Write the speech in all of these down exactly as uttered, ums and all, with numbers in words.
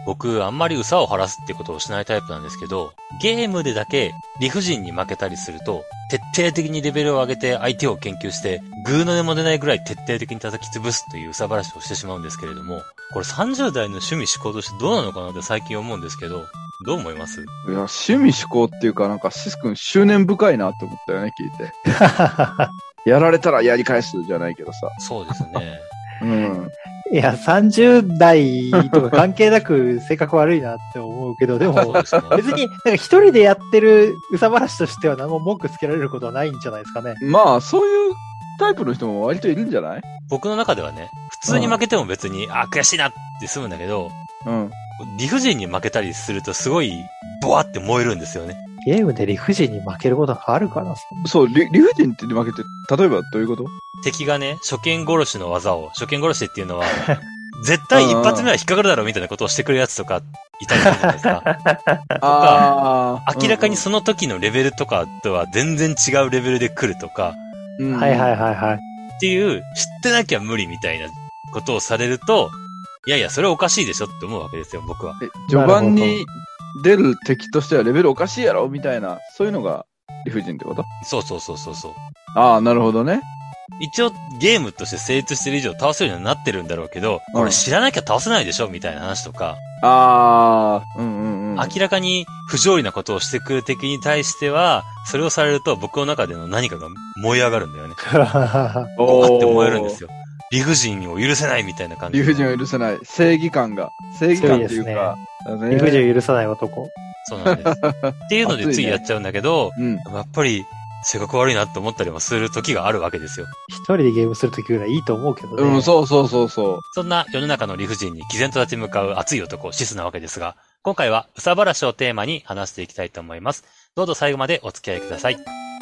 僕、あんまりうさを晴らすってことをしないタイプなんですけど、ゲームでだけ理不尽に負けたりすると、徹底的にレベルを上げて相手を研究して、グーの音も出ないぐらい徹底的に叩き潰すといううさ晴らしをしてしまうんですけれども、これさんじゅう代の趣味思考としてどうなのかなって最近思うんですけど、どう思います？ いや、趣味思考っていうか、なんかシス君執念深いなって思ったよね、聞いて。やられたらやり返すじゃないけどさ。 そうですね。 うん。 いや、さんじゅう代とか関係なく性格悪いなって思うけど、でも、別に、なんか一人でやってるうさばらしとしては何も文句つけられることはないんじゃないですかね。 まあ、そういうタイプの人も割といるんじゃない？ 僕の中ではね、普通に負けても別に、うん、あ、悔しいなって済むんだけど、 うん。 理不尽に負けたりするとすごい、ボワって燃えるんですよね。 ゲームで理不尽に負けることがあるかな？ そう、理, 理不尽って負けて、例えばどういうこと？ 敵がね、初見殺しの技を、初見殺しっていうのは、絶対一発目は引っかかるだろうみたいなことをしてくるやつとか、いたりするじゃないですか。とか、明らかにその時のレベルとかとは全然違うレベルで来るとか、 うん、はいはいはいはい。 っていう、知ってなきゃ無理みたいなことをされると、いやいや、それおかしいでしょって思うわけですよ、僕は。 え、序盤に出る敵としてはレベルおかしいやろみたいな、そういうのが理不尽ってこと？ そうそうそうそうそう。 ああ、なるほどね。 一応ゲームとして成立してる以上倒せるようになってるんだろうけど、これ知らなきゃ倒せないでしょみたいな話とか。 ああ、うんうんうん。 明らかに不条理なことをしてくる敵に対しては、それをされると僕の中での何かが燃え上がるんだよね。おーって燃えるんですよ。理不尽を許せないみたいな感じ。 理不尽を許せない。正義感が。正義感っていうか。 ね、理不尽を許さない男。 そうなんです。っていうのでついやっちゃうんだけど、ね、うん、やっぱり性格悪いなって思ったりもする時があるわけですよ。 一人でゲームする時ぐらいいいと思うけどね。 うん、そうそうそうそう。 そんな世の中の理不尽に毅然と立ち向かう熱い男、シスなわけですが、今回はうさばらしをテーマに話していきたいと思います。どうぞ最後までお付き合いください。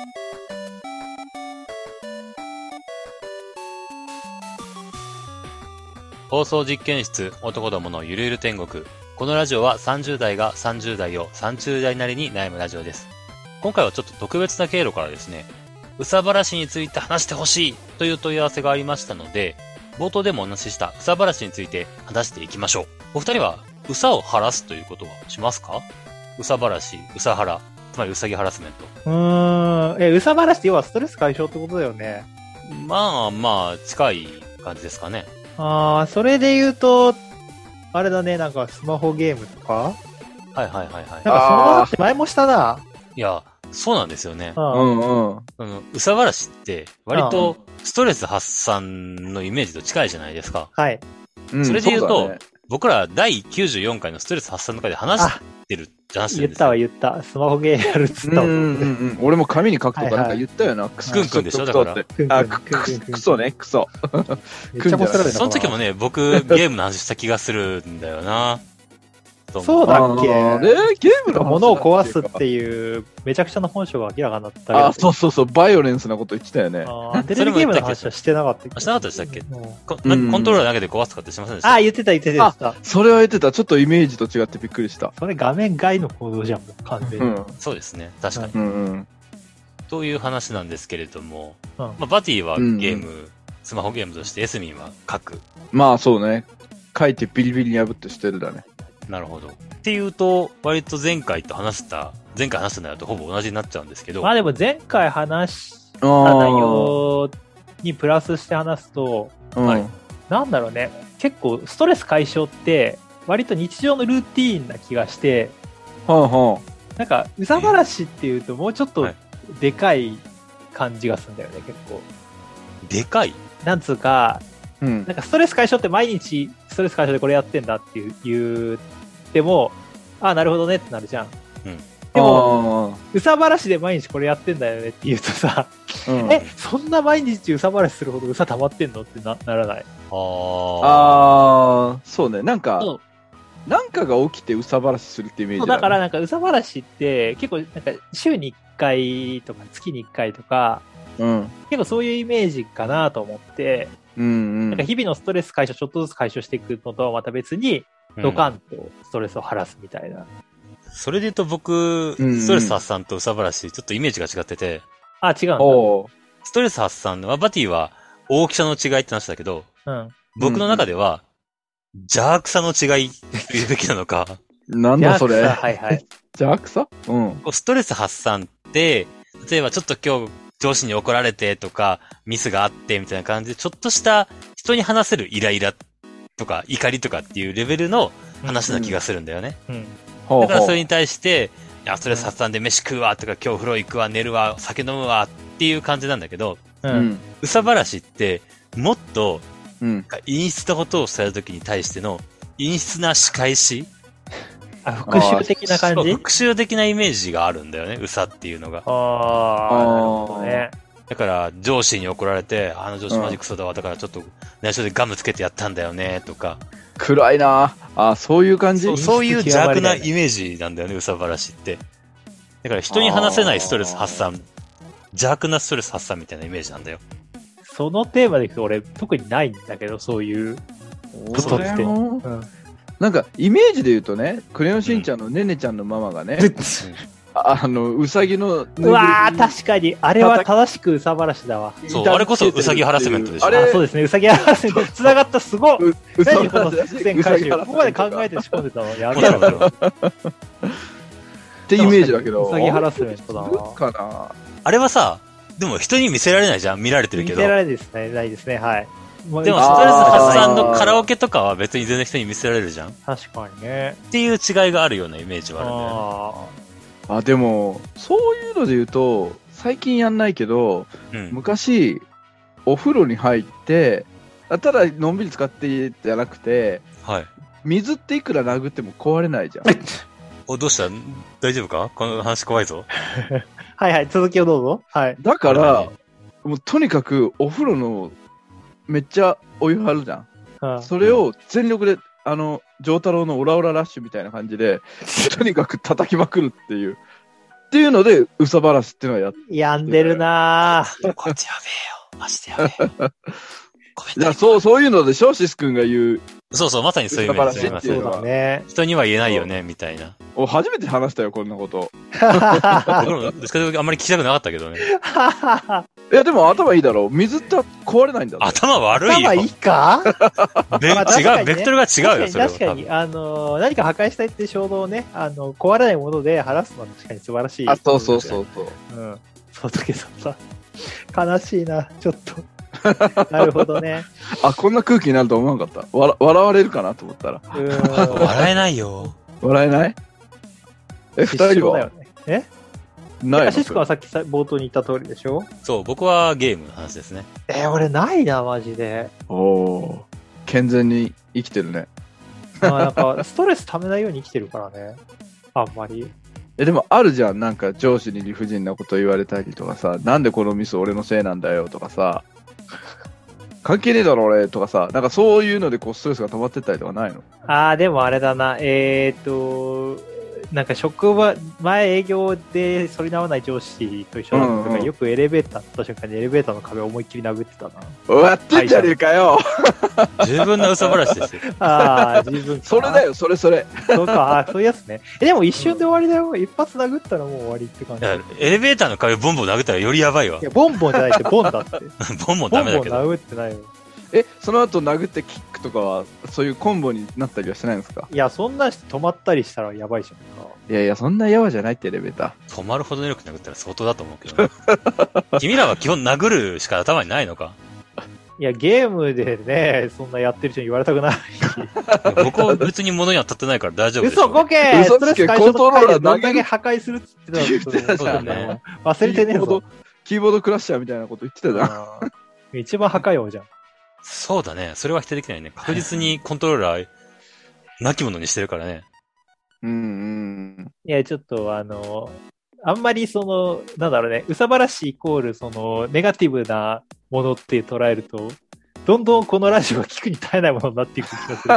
放送実験室男どものゆるゆる天国。このラジオはさんじゅう代がさんじゅう代をさんじゅう代なりに悩むラジオです。今回はちょっと特別な経路からですね、うさばらしについて話してほしいという問い合わせがありましたので、冒頭でもお話ししたうさばらしについて話していきましょう。お二人はうさを晴らすということはしますか？うさばらし、うさはら、つまりうさぎハラスメント。 うーん、え、うさばらしって要はストレス解消ってことだよね。 まあまあ、近い感じですかね。 ああ、それで言うと、あれだね、なんかスマホゲームとかはいはいはいはい。なんかその話前もしたな。 いや、そうなんですよね。 うんうん。 あの、うさばらしって、割とストレス発散のイメージと近いじゃないですか。 はい。 それで言うと、うんね、僕らだいきゅうじゅうよんかいのストレス発散の回で話してる、話してるんですよ。 言ったわ言った。スマホゲーやるっつったわ。うんうんうん。俺も紙に書くとかなんか言ったよな。 クンクンでしょだから。 あ、クソね、クソ。 めっちゃ面白いな。 その時もね、僕ゲームの話した気がするんだよな。 そうだっけ？ えゲームの物を壊すっていうめちゃくちゃな本性が明らかになったけど。 あ、そうそうそう、バイオレンスなこと言ってたよね。 あテレビゲームの話はしてなかったっけ？ してなかったでしたっけ？コントローラー投げて壊すとかってしませんでした？ あ、言ってた言ってた。 あ、それは言ってた。ちょっとイメージと違ってびっくりした。 それ画面外の行動じゃん、もう完全に。うん、 そうですね、確かに。 うんうん、 という話なんですけれども、うんまあ、バティはゲーム、うん、スマホゲームとしてエスミンは書く。 まあそうね。書いてビリビリに破って捨てるだね。 なるほど。っていうと、割と前回と話した、前回話した内容とほぼ同じになっちゃうんですけど。 まあでも前回話した内容にプラスして話すと、はい、なんだろうね、結構ストレス解消って割と日常のルーティーンな気がして、 はあはあ、なんかうさばらしっていうともうちょっとでかい感じがするんだよね、結構。 でかい？ なんつうか、 うん、 なんかストレス解消って毎日ストレス解消でこれやってんだっていう言っても、ああなるほどねってなるじゃん。うん、でもうさばらしで毎日これやってんだよねって言うとさ、うん、えそんな毎日うさばらしするほどうさ溜まってんのって な, ならない？ ああそうね、なんかなんかが起きてうさばらしするってイメージだ、ね、 だからなんかうさばらしって結構なんか週にいっかいとか月にいっかいとか、 うん、 結構そういうイメージかなと思って。 うんうん、 なんか日々のストレス解消ちょっとずつ解消していくのとはまた別にドカンとストレスを晴らすみたいな、うん、 それで言うと僕、うんうん、ストレス発散とうさばらしちょっとイメージが違ってて、 あ違うんだ。 ストレス発散はバティは大きさの違いって話だけど、うん、僕の中では、邪悪さの違い言うべきなのか。 なんだそれ。 JAXA はいはい。 邪悪さうん。 ストレス発散って、例えばちょっと今日上司に怒られてとか、ミスがあってみたいな感じで、ちょっとした人に話せるイライラとか怒りとかっていうレベルの話な気がするんだよね。 うん。 うん、だからそれに対して、いや、ストレス発散で飯食うわとか、今日風呂行くわ、寝るわ、酒飲むわっていう感じなんだけど、 うん。 うさばらしって、もっと、 うん。 陰湿なことをされるときに対しての、陰湿な仕返しあ、復讐的な感じ？ 復讐的なイメージがあるんだよね、うさっていうのが。 ああ、なるほどね。 だから、上司に怒られて、あの上司マジクソだわ、だからちょっと内緒でガムつけてやったんだよね、とか。 暗いなあ、そういう感じ？ そうそういう邪悪なイメージなんだよね、うさばらしって。だから人に話せないストレス発散、邪悪なストレス発散みたいなイメージなんだよ。 そのテーマでいくと俺特にないんだけど、そういうことって。うん、 なんかイメージで言うとね、クレヨンしんちゃんのねねちゃんのママがね、うん、あのうさぎのうわー確かにあれは正しくうさばらしだわ。 そうあれこそうさぎハラスメントでしょ。 あれそうですね、うさぎハラスメントつながったすごい。何この伏線回収、ここまで考えて仕込んでたのやべえわ。 ってイメージだけど。 うさぎハラスメントだわ。 かな。 あれはさ、でも人に見せられないじゃん、見られてるけど。 見せられですね、ないですね、はい。 でもストレス発散のカラオケとかは別に全然人に見せられるじゃん。 確かにね。 っていう違いがあるようなイメージはあるんだよね。 ああ、でも、そういうので言うと、最近やんないけど、うん、昔、お風呂に入って、ただのんびり使ってじゃなくて、 はい、 水っていくら殴っても壊れないじゃん。 お、どうした大丈夫かこの話怖いぞ。 はいはい、続きをどうぞ。はい。 だから、もうとにかくお風呂のめっちゃお湯張るじゃん。はあ、それを全力で、あの、丈太郎のオラオララッシュみたいな感じで、とにかく叩きまくるっていう。っていうので、うさばらしっていうのはやって。 病んでるなぁ。 こっちやべえよ。マジでやべえ。ごめんじゃあ、そう、そういうのでしょシス君が言う。 そうそう、まさにそういうイメージですよ。そうだね。 人には言えないよね、みたいな。 お、初めて話したよ、こんなこと。 ですけど、あんまり聞きたくなかったけどね。 いや、でも頭いいだろ。水って壊れないんだ。 頭悪いよ。 頭いいかべ、まあね、違う、ベクトルが違うよ、それは。 確かに、あのー、何か破壊したいって衝動をね、あの、壊れないもので晴らすのは確かに素晴らしい。 あ、そうそうそうそう。 うん。そうだけどさ、悲しいな、ちょっと。なるほどね。 あ、こんな空気になると思わなかった。わ笑われるかなと思ったら。 うん笑えないよ。 笑えないえ、二人は、 ね、えないの？ シス君はさっきさ冒頭に言った通りでしょ？ そう、僕はゲームの話ですね。 えー、俺ないな、マジで。 おお、健全に生きてるね。 まあなんか、ストレス溜めないように生きてるからね。あんまり。 え、でもあるじゃん。なんか上司に理不尽なこと言われたりとかさ、なんでこのミス俺のせいなんだよとかさ、関係ねえだろ俺とかさ、なんかそういうのでこうストレスが溜まってったりとかないの？ ああ、でもあれだな、えー、っと、なんか職場、前営業で反り合わない上司と一緒だったとか、うんうん、よくエレベーター乗った瞬間にエレベーターの壁を思いっきり殴ってたな。 やってんじゃねえかよ。 十分な嘘話ですよ。 ああ、十分か。 それだよ、それそれ。 そうか、あそういうやつね。え、でも一瞬で終わりだよ。一発殴ったらもう終わりって感じ。 いや、エレベーターの壁ボンボン殴ったらよりやばいわ。 いや、ボンボンじゃないって、ボンだって。 ボンボンダメだけど。 ボンボン殴ってないよ。 え、その後殴ってキックとかは、そういうコンボになったりはしないんですか？ いや、そんなして止まったりしたらやばいじゃんか。 いやいや、そんなやばじゃないってエレベーター。止まるほどの力殴ったら相当だと思うけどね。君らは基本殴るしか頭にないのか？ いや、ゲームでね、そんなやってる人に言われたくないし。 僕は別に物には立ってないから大丈夫です。 嘘、ボケー嘘つけ、コントローラーどんだけ破壊するっつってたの？ そうだね。 忘れてねえぞ。 キーボードクラッシャーみたいなこと言ってたじゃん。一番破壊王じゃん。 そうだね。それは否定できないね。確実にコントローラー、なきものにしてるからね。 うんうん。 いや、ちょっとあの、あんまりその、なんだろうね、うさばらしイコールその、ネガティブなものって捉えると、どんどんこのラジオが聞くに耐えないものになっていく気がするから。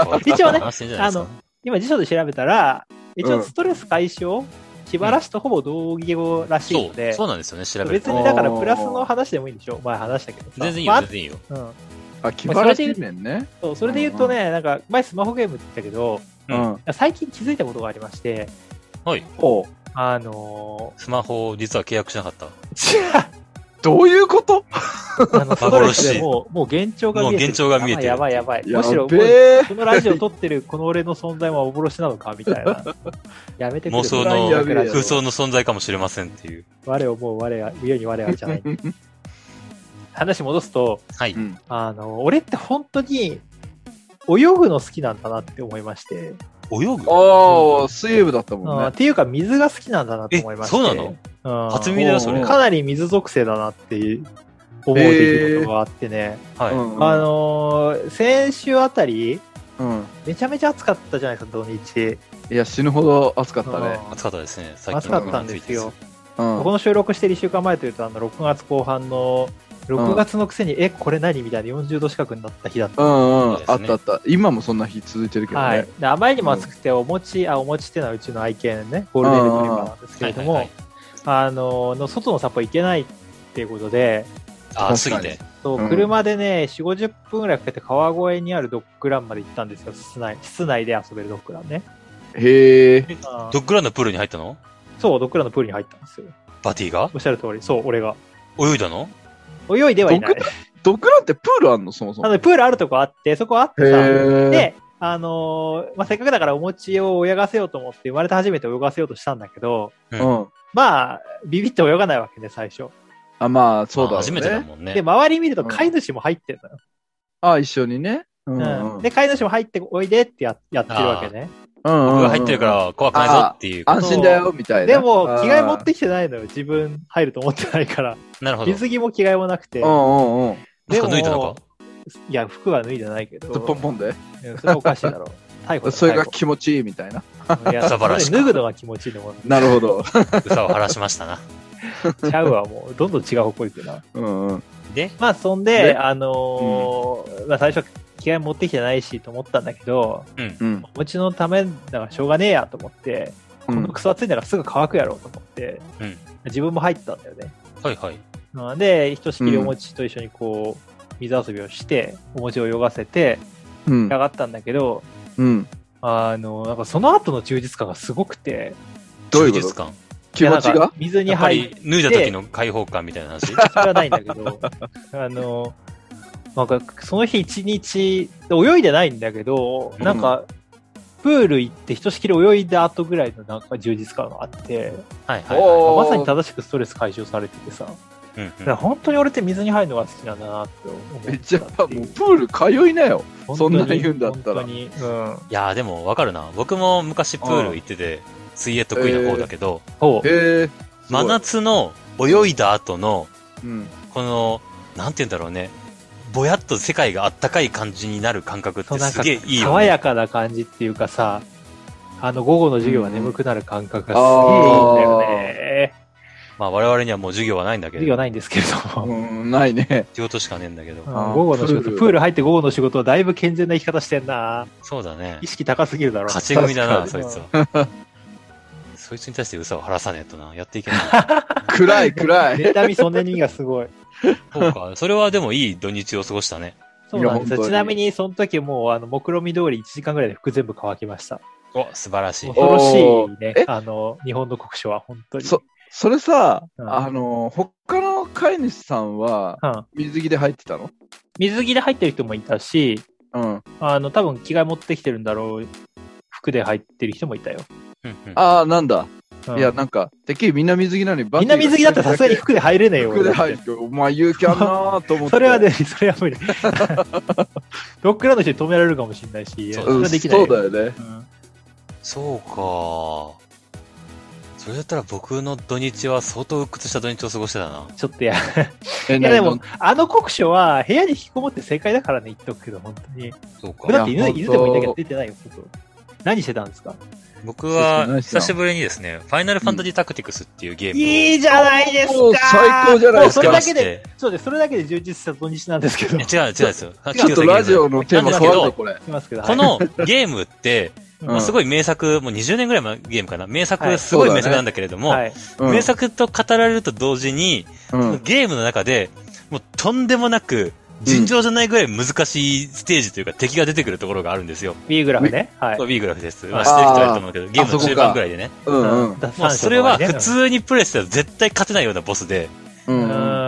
一応ね、あの、今辞書で調べたら、一応ストレス解消、うん、気晴らしとほぼ同義語らしいので、 そう、そうなんですよね、調べると。 別にだからプラスの話でもいいんでしょ？前話したけどさ。 全然いいよ、まあ、全然いいよ。 うん。 あ、気晴らし面ね。 そう、それで言うとね、なんか、前スマホゲームって言ったけど、うん、最近気づいたことがありまして、 はい。 おあのー、スマホ、実は契約しなかった。 どどういうことあの、ストレスでもう、もう幻聴が見えてる。 もう幻聴が見えてる。 やばいやばいやばい。むしろ、このラジオ撮ってるこの俺の存在は幻なのかみたいな。やめてくれ。 妄想の空想の存在かもしれませんっていう。 我をもう我は、上に我はじゃない。話戻すと、 はい。 あの、俺って本当に、泳ぐの好きなんだなって思いまして。 泳ぐああ、水泳部だったもんね。 っていうか、水が好きなんだなと思いまして。 そうなのうん、初耳だよ、それ。 かなり水属性だなって思う出来事があってね。はい。あのー、先週あたり、うん、めちゃめちゃ暑かったじゃないですか、土日。 いや、死ぬほど暑かったね。 暑かったですね、 最近。暑かったんですよ。うん、この収録してるいっしゅうかんまえというと、あの、ろくがつこう半の、ろくがつのくせに、うん、え、これ何みたいなよんじゅうど近くになった日だった。 うんうん。あったあった。今もそんな日続いてるけどね。はい。 で、あまりにも暑くて、お餅、あ、お餅っていうのはうちの愛犬ね、ゴールデンレトリバーなんですけれども、あの、の外の散歩行けないっていうことで、 あ、暑すぎて。 そう、車でね、よんじゅう、ごじゅっぷんぐらいかけて川越にあるドッグランまで行ったんですよ、室内。室内で遊べるドッグランね。 へー。 ドッグランのプールに入ったの？ そう、ドッグランのプールに入ったんですよ。 バティが？ おっしゃる通り。そう、俺が。 泳いだの？ 泳いではいない。 ドッグランってプールあんのそもそも。 あの、プールあるとこあって、そこあってさ、で、あのー、まあ、せっかくだからお餅を泳がせようと思って生まれて初めて泳がせようとしたんだけど、うん、まあ、ビビって泳がないわけね、最初。 あ、まあ、そうだね。 初めてだもんね。 で、周り見ると飼い主も入ってるのよ。 うん、あ、一緒にね。 うん、うん。で、飼い主も入っておいでってややってるわけね。 うん、僕が入ってるから怖くないぞっていう。 安心だよ、みたいな。 でも、着替え持ってきてないのよ。自分入ると思ってないから。 なるほど。 水着も着替えもなくて。 うんうんうん。 服脱いだのか？ いや、服は脱いでないけど。 ポンポンで？ それはおかしいだろう。 逮捕。それが気持ちいいみたいな。 いや、それ脱ぐのが気持ちいいのも。 なるほど。 うさを晴らしましたな。 ちゃうわ、もう、どんどん違う方向行くな。 うんうん。 で、まあ、そんで、あのー、まあ、最初、着替え持ってきてないしと思ったんだけど、うん。お餅のためだからしょうがねえやと思って、このクソ暑いんだからすぐ乾くやろうと思って、うん。自分も入ったんだよね。 はいはい。 で、ひとしきりお餅と一緒にこう、水遊びをして、お餅を泳がせて、うん。上がったんだけど、うん。あの、なんかその後の充実感がすごくて。 どういうこと感？気持ちが水に入って。 脱いだ時の開放感みたいな話？ それはないんだけど、あの、なんかその日一日、泳いでないんだけど、うん、なんか、プール行ってひとしきり泳いだ後ぐらいのなんか充実感があって、はいはいはい、まさに正しくストレス解消されててさ、うんうん、だから本当に俺って水に入るのが好きなんだなって思って。 じゃあもうプール通いなよ。そんなに言うんだったら。 本当に。うん。 いやーでもわかるな。僕も昔プール行ってて、水泳得意な方だけど、 へー真夏の泳いだ後の、うん、この、なんて言うんだろうね、ぼやっと世界があったかい感じになる感覚ってすげえいいよね。 爽やかな感じっていうかさ、あの午後の授業が眠くなる感覚がすげえいいんだよね。 まあ我々にはもう授業はないんだけど。 授業ないんですけれども。 うん、ないね。 仕事しかねえんだけど。 午後の仕事、プール入って午後の仕事はだいぶ健全な生き方してんな。 そうだね。 意識高すぎるだろ。 勝ち組だな、そいつは。そいつに対して嘘を晴らさねえとな。やっていけない。 暗い暗い。 妬みそんなにがすごい。 そうか。それはでもいい土日を過ごしたね。 そうなんですよ。ちなみにその時もうあの目論見通りいちじかんぐらいで服全部乾きました。 お、素晴らしい。 恐ろしいね。あの、日本の国書は本当に。 そ、それさ、うん、あの、他の飼い主さんは、水着で入ってたの、うん、 水着で入ってる人もいたし、うん。あの、多分着替え持ってきてるんだろう。服で入ってる人もいたよ。 うんうん、ああ、なんだ。うん、いや、なんか、てっきりみんな水着なのにバッみんな水着だったらさすがに服で入れねえよ。 服で入る。お前勇気あんなーと思って。 それはね、それは無理。ドッグランの人に止められるかもしれないし、 それはできないよ。そうだよね。うん、 そうか。それだったら僕の土日は相当鬱屈した土日を過ごしてたな。 ちょっとや。いやでも、あの国書は部屋に引きこもって正解だからね、言っとくけど、本当に。そうか。だって犬、犬でもいいんだけど出てないよ、外。何してたんですか？ 僕は、久しぶりにですね、ファイナルファンタジータクティクスっていうゲームを、うん、 いいじゃないですか。 最高じゃないですか。 それだけで、そうです、それだけで充実した土日なんですけど。 違う、違うですよ。 ちょっとラジオのテーマ変わるぞ、これ。 このゲームって、まあ、すごい名作、もうにじゅうねんぐらい前のゲームかな。名作、すごい名作なんだけれども、はいうん、名作と語られると同時に、うん、ゲームの中で、もうとんでもなく、尋常じゃないぐらい難しいステージというか敵が出てくるところがあるんですよ。 B グラフね。 はい。B グラフです。まあ、知ってる人はいると思うけど、ゲームの中盤ぐらいでね。うんうん。もうそれは普通にプレイしたら絶対勝てないようなボスで、うん。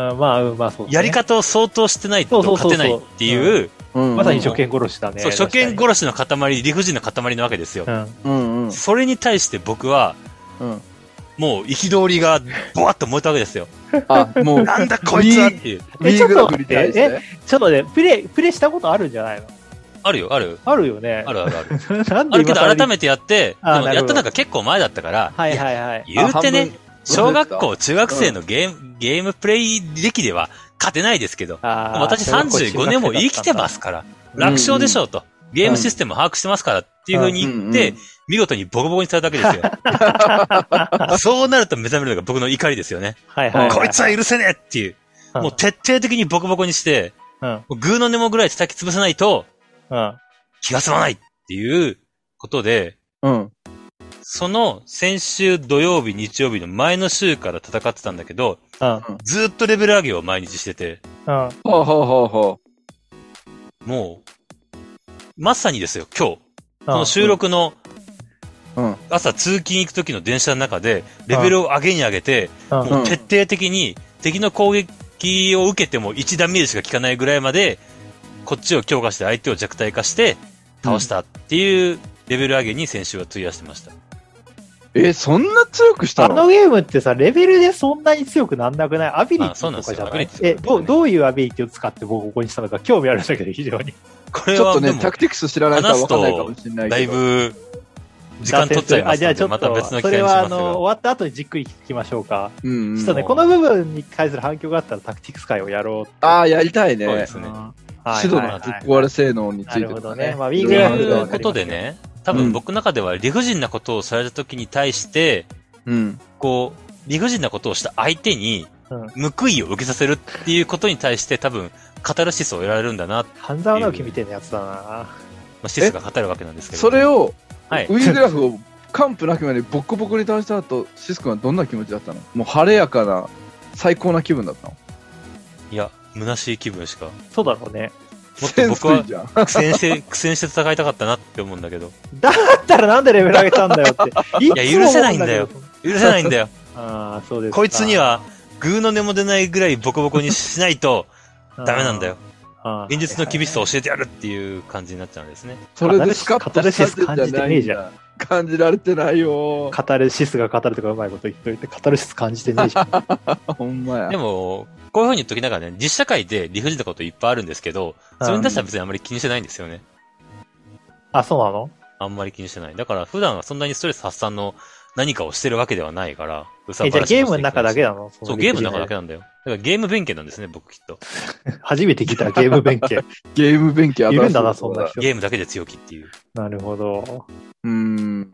まあ、うん、まあそう、ね。 やり方を相当してないと勝てないっていう、 まさに初見殺しだね。 そう、初見殺しの塊、理不尽の塊なわけですよ。 うんうん、 それに対して僕は、うん、もう憤りがボワッと燃えたわけですよ。 あ、もう、 なんだこいつはっていう。 え、ちょっと待って、え、ちょっとね、プレイ、プレイしたことあるんじゃないの？ あるよ、ある。 あるよね。 あるあるある。なんであるけど改めてやって、でもやったのが結構前だったから、 はいはいはい。 言うてね、小学校、中学生のゲーム、ゲームプレイ歴では勝てないですけど、私さんじゅうごねんも生きてますから、楽勝でしょうと。ゲームシステム把握してますからっていう風に言って、見事にボコボコにされたわけですよ。そうなると目覚めるのが僕の怒りですよね。 はいはい。 こいつは許せねえっていう。もう徹底的にボコボコにして、グーの根もぐらい叩き潰さないと、気が済まないっていうことで、その先週土曜日、日曜日の前の週から戦ってたんだけど、ずっとレベル上げを毎日してて、 ほうほうほうほう。もう、まさにですよ、今日。この収録の、朝通勤行く時の電車の中で、レベルを上げに上げて、もう徹底的に敵の攻撃を受けてもいちダメージしか効かないぐらいまで、こっちを強化して相手を弱体化して倒したっていうレベル上げに先週は費やしてました。 え、そんな強くしたの？ あのゲームってさ、レベルでそんなに強くなんなくない？アビリティとかじゃない？え、どう、どういうアビリティを使ってボコボコにしたのか興味あるんだけど、非常に。 これはちょっとね、タクティクス知らないとわかんないかもしれないけど。 だいぶ、時間取っちゃいますので、あ、じゃあちょっと、また別の機会にしますが。 それはあの、終わった後にじっくり聞きましょうか。うん、うん。ちょっとね、この部分に対する反響があったらタクティクス会をやろう。 ああ、やりたいね。 そうですね。 指導のぶっ壊れ性能についてとかね。 ね。まあ、ウィーグラフのことでね、多分僕の中では理不尽なことをされた時に対して、うん、こう、理不尽なことをした相手に、報いを受けさせるっていうことに対して多分、カタルシスを得られるんだな。 半沢直樹みたいなやつだな。まあ、シスが語るわけなんですけど。 それを、はい、ウィーグラフを完膚なきまでボッコボコに倒した後、シス君はどんな気持ちだったの？もう晴れやかな、最高な気分だったの？ いや、虚しい気分しか。 そうだろうね。 もっと僕は苦戦して、苦戦して戦いたかったなって思うんだけど。 だったらなんでレベル上げたんだよって。 いや、許せないんだよ。許せないんだよ。 ああ、そうですか。 こいつには、グーの根も出ないぐらいボコボコにしないと、ダメなんだよ。現実の厳しさを教えてやるっていう感じになっちゃうんですね。 それでスカッとしたんじゃないじゃん。感じられてないよ。 カタルシスが語るとかうまいこと言っといて、カタルシス感じてねえじゃん。 ほんまや。 でも、こういう風に言っときながらね、実社会で理不尽なこといっぱいあるんですけど、それに対しては別にあんまり気にしてないんですよね。 あ、そうなの？ あんまり気にしてない。だから普段はそんなにストレス発散の何かをしてるわけではないから、 うさばらしえ、じゃあゲームの中だけなの？ そう、ゲームの中だけなんだよ。だからゲーム弁慶なんですね、僕きっと。 初めて聞いたゲーム弁慶。 ゲーム弁慶いるんだな、そんな人。 ゲームだけで強気っていう。 なるほど。 うーん。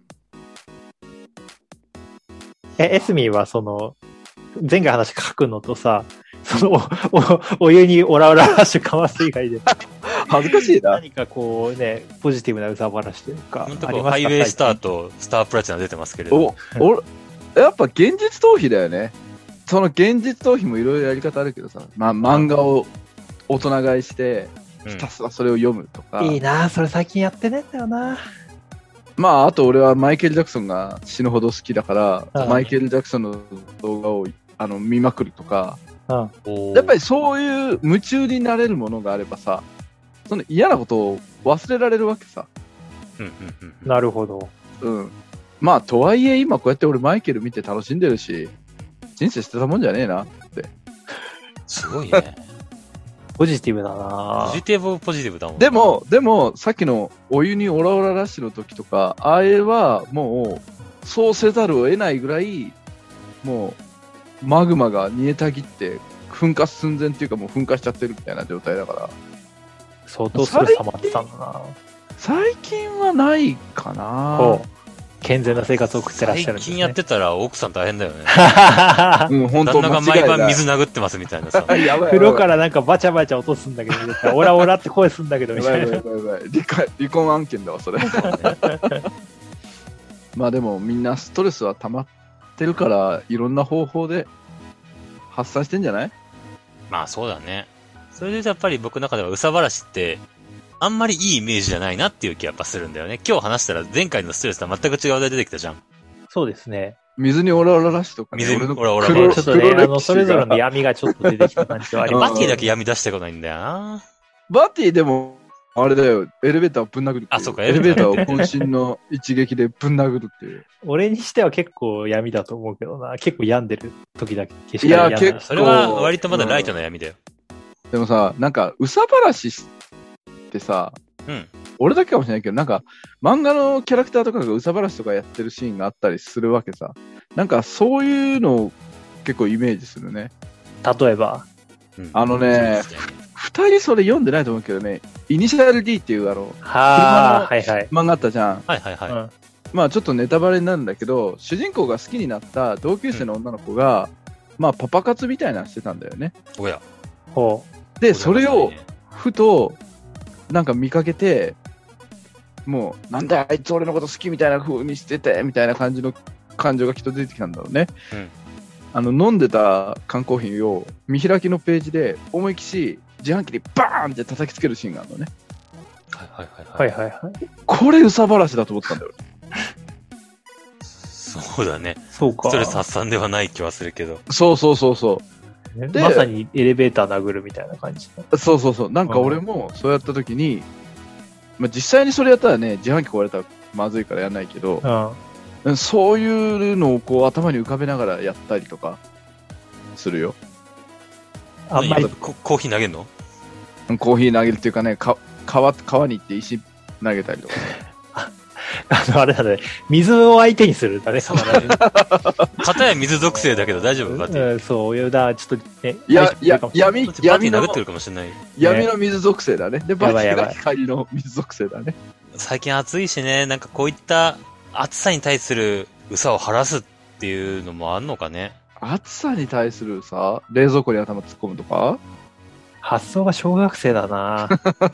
え、エスミーはその、前回話書くのとさ、その、お、お、お湯にオラオララッシュかます以外で。 恥ずかしいな。 何かこうね、ポジティブなうさばらしというか。 本当こうハイウェイスターとスタープラチナ出てますけれど。 お、お、やっぱ現実逃避だよね。その現実逃避もいろいろやり方あるけどさ、まあ漫画を大人買いして、ひたすらそれを読むとか。 うん、いいな、それ最近やってねえんだよな。 まあ、あと俺はマイケル・ジャクソンが死ぬほど好きだから、マイケル・ジャクソンの動画をあの見まくるとか、うん、やっぱりそういう夢中になれるものがあればさ、その嫌なことを忘れられるわけさ。 なるほど。 うん。まあ、とはいえ今こうやって俺マイケル見て楽しんでるし、人生捨てたもんじゃねえなって。 すごいね。 ポジティブだなポジティブポジティブだもん。 でも、でも、さっきのお湯にオラオララッシュの時とか、あれはもう、そうせざるを得ないぐらい、もう、マグマが煮えたぎって、噴火寸前っていうかもう噴火しちゃってるみたいな状態だから。 相当ストレス溜まってたんだな。 最近はないかな。 健全な生活を送ってらっしゃるんですね。 最近やってたら奥さん大変だよね。 うん、本当旦那が毎晩水殴ってますみたいなさ。 風呂からなんかバチャバチャ落とすんだけど、オラオラって声すんだけどみたいな。 離婚案件だわ、それ。まあでもみんなストレスは溜まってるから、いろんな方法で発散してんじゃない？ まあそうだね。それでやっぱり僕の中ではうさばらしって、あんまりいいイメージじゃないなっていう気はやっぱするんだよね。今日話したら前回のストレスとは全く違う話題出てきたじゃん。 そうですね。 水にオラオララッシュとか、 ね、水にオラオララッシュ。 ちょっとね、あの、それぞれの闇がちょっと出てきた感じはあります。 バティだけ闇出してこないんだよな。 バティでも、あれだよ、エレベーターをぶん殴る。 あ、そうか、 エレベーターを渾身の一撃でぶん殴るっていう。 俺にしては結構闇だと思うけどな。結構病んでる時だけしか病んでる。いや、結構。 それは割とまだライトな闇だよ。 うん、でもさ、なんか、うさばらしってさ、 うん。 俺だけかもしれないけど、なんか、漫画のキャラクターとかがうさばらしとかやってるシーンがあったりするわけさ。なんか、そういうのを結構イメージするね。 例えば、 うん、あのね、二人それ読んでないと思うけどね、イニシャル D っていうあの、 はあ、はいはい。 漫画あったじゃん。 はいはいはい。うん、 まあちょっとネタバレになるんだけど、主人公が好きになった同級生の女の子が、うん、まあパパ活みたいなのしてたんだよね。 おや。 ほう。で、それを、ふと、なんか見かけて、もう、なんだあいつ俺のこと好きみたいな風にしてて、みたいな感じの感情がきっと出てきたんだろうね。うん、あの、飲んでた缶コーヒーを見開きのページで思いっきし自販機にバーンって叩きつけるシーンがあるのね。 はいはいはいはい。はいはいはい。 これうさばらしだと思ったんだよ。 そうだね。 そうか。 ストレス発散ではない気はするけど。 そうそうそうそう。 でまさにエレベーター殴るみたいな感じ。 そうそうそう。なんか俺もそうやった時に、まあ、実際にそれやったらね、自販機壊れたらまずいからやんないけど、うん、そういうのをこう頭に浮かべながらやったりとかするよ。 あんまりコーヒー投げるの？ コーヒー投げるっていうかね、か川川に行って石投げたりとか、ね。 あの、あれだね。水を相手にするんだね、必ず。 片や水属性だけど大丈夫かって。 うん、そう、いや、だちょっとね。 いや、いや、闇、 闇の、殴ってるかもしれない。 闇の水属性だね。で、バティが光の水属性だね。 最近暑いしね、なんかこういった暑さに対するうさを晴らすっていうのもあんのかね。 暑さに対するさ、冷蔵庫に頭突っ込むとか？ 発想が小学生だな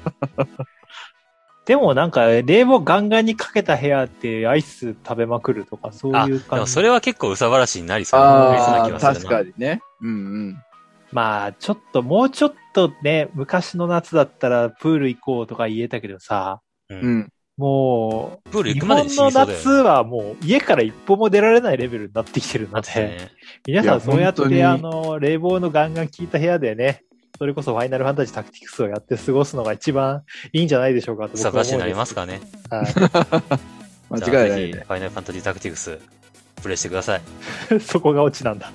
でもなんか、冷房ガンガンにかけた部屋ってアイス食べまくるとか、そういう感じ。 でもそれは結構うさばらしになりそうな気がするな。確かにね。うんうん。 まあ、ちょっと、もうちょっとね、昔の夏だったらプール行こうとか言えたけどさ、 うん。 もう、 プール行くまでに死にそうだよね。 日本の夏はもう家から一歩も出られないレベルになってきてるので、ね、皆さんそうやってあの、冷房のガンガン効いた部屋でね、それこそファイナルファンタジータクティクスをやって過ごすのが一番いいんじゃないでしょうかと僕は思うんです。 素晴らしいになりますかね。 はい。間違いない、ね。 ファイナルファンタジータクティクス、プレイしてください。 そこがオチなんだ。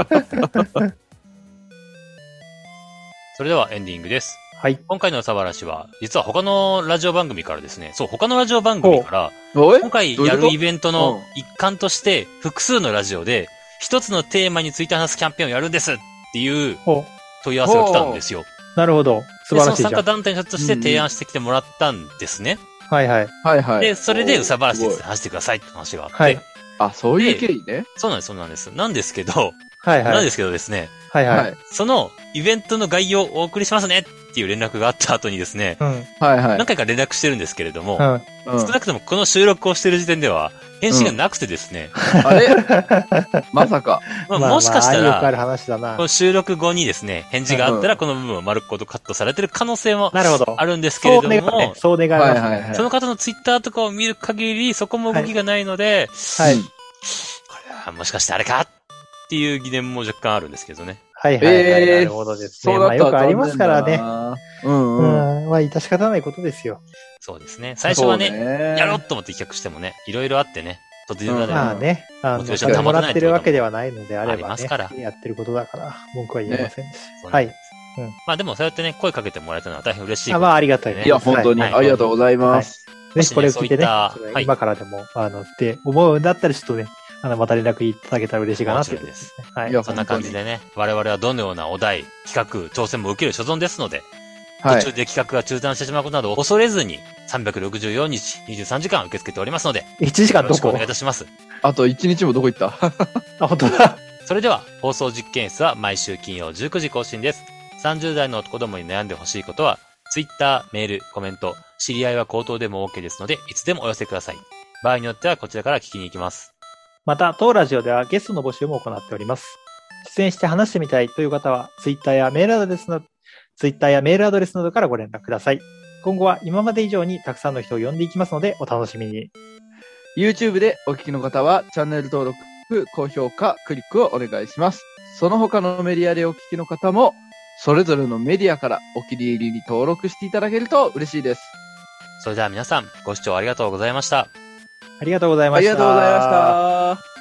それではエンディングです。 はい。 今回のうさばらしは、実は他のラジオ番組からですね、そう、他のラジオ番組から、今回やるイベントの一環として、複数のラジオで、一つのテーマについて話すキャンペーンをやるんですっていう問い合わせが来たんですよ。 なるほど。素晴らしいじゃん。 その参加団体の人として提案してきてもらったんですね。 うん、はいはい。 はいはい。 で、それでうさばらしについて話してくださいって話があって。 はい。 あ、そういう経緯ね。 そうなんです、そうなんです。なんですけど、 はいはい。 なんですけどですね。 はいはい。 そのイベントの概要をお送りしますねっていう連絡があった後にですね。 うん。 はいはい。 何回か連絡してるんですけれども、 うん、 少なくともこの収録をしてる時点では、返信がなくてですね。 うん、あれまさか。 まあ、もしかしたら、 まあまあ、よくある話だな。 この収録後にですね、返事があったらこの部分を丸っことカットされてる可能性もあるんですけれども、 そう願います、ね。 はいはいはい。 その方のツイッターとかを見る限り、そこも動きがないので、 はい。はい、 これはもしかしてあれかっていう疑念も若干あるんですけどね。 はいはいはい、えー、なるほどですね。そうだったらまあよくありますからね。 うんうん。 うん、まあ致し方ないことですよ。 そうですね。最初はね、ねやろうと思って企画してもね、いろいろあってね、途中まで、 うん、まあね、あの、金もらってるわけではないのであれば、ね、ありますから。やってることだから、文句は言えませんし。ね、はい。 うん、まあでもそうやってね、声かけてもらえたのは大変嬉しい、ね。 あまあありがたいね。 いや、本当に、はい、ありがとうございます。 はい、ね、これを聞いてね、はい、今からでも、あの、って思うんだったらちょっとね、あの、また連絡いただけたら嬉しいかなっていうですね。はい。 いや、そんな感じでね、我々はどのようなお題、企画、挑戦も受ける所存ですので、はい、途中で企画が中断してしまうことなど恐れずに、さんびゃくろくじゅうよっか、にじゅうさんじかん受け付けておりますので、 いちじかんどこ？ よろしくお願いいたします。 あといちにちもどこ行ったあ、本当だ。 それでは、放送実験室は毎週金曜じゅうくじ更新です。さんじゅう代の子供に悩んでほしいことは、Twitter、メール、コメント、知り合いは口頭でも OK ですので、いつでもお寄せください。場合によってはこちらから聞きに行きます。 また、当ラジオではゲストの募集も行っております。出演して話してみたいという方は、Twitter やメールアドレスの、Twitter やメールアドレスなどからご連絡ください。今後は今まで以上にたくさんの人を呼んでいきますので、お楽しみに。 YouTube でお聞きの方は、チャンネル登録、 ク、高評価、クリックをお願いします。その他のメディアでお聞きの方も、それぞれのメディアからお気に入りに登録していただけると嬉しいです。 それでは皆さん、ご視聴ありがとうございました。 ありがとうございました。 ありがとうございました。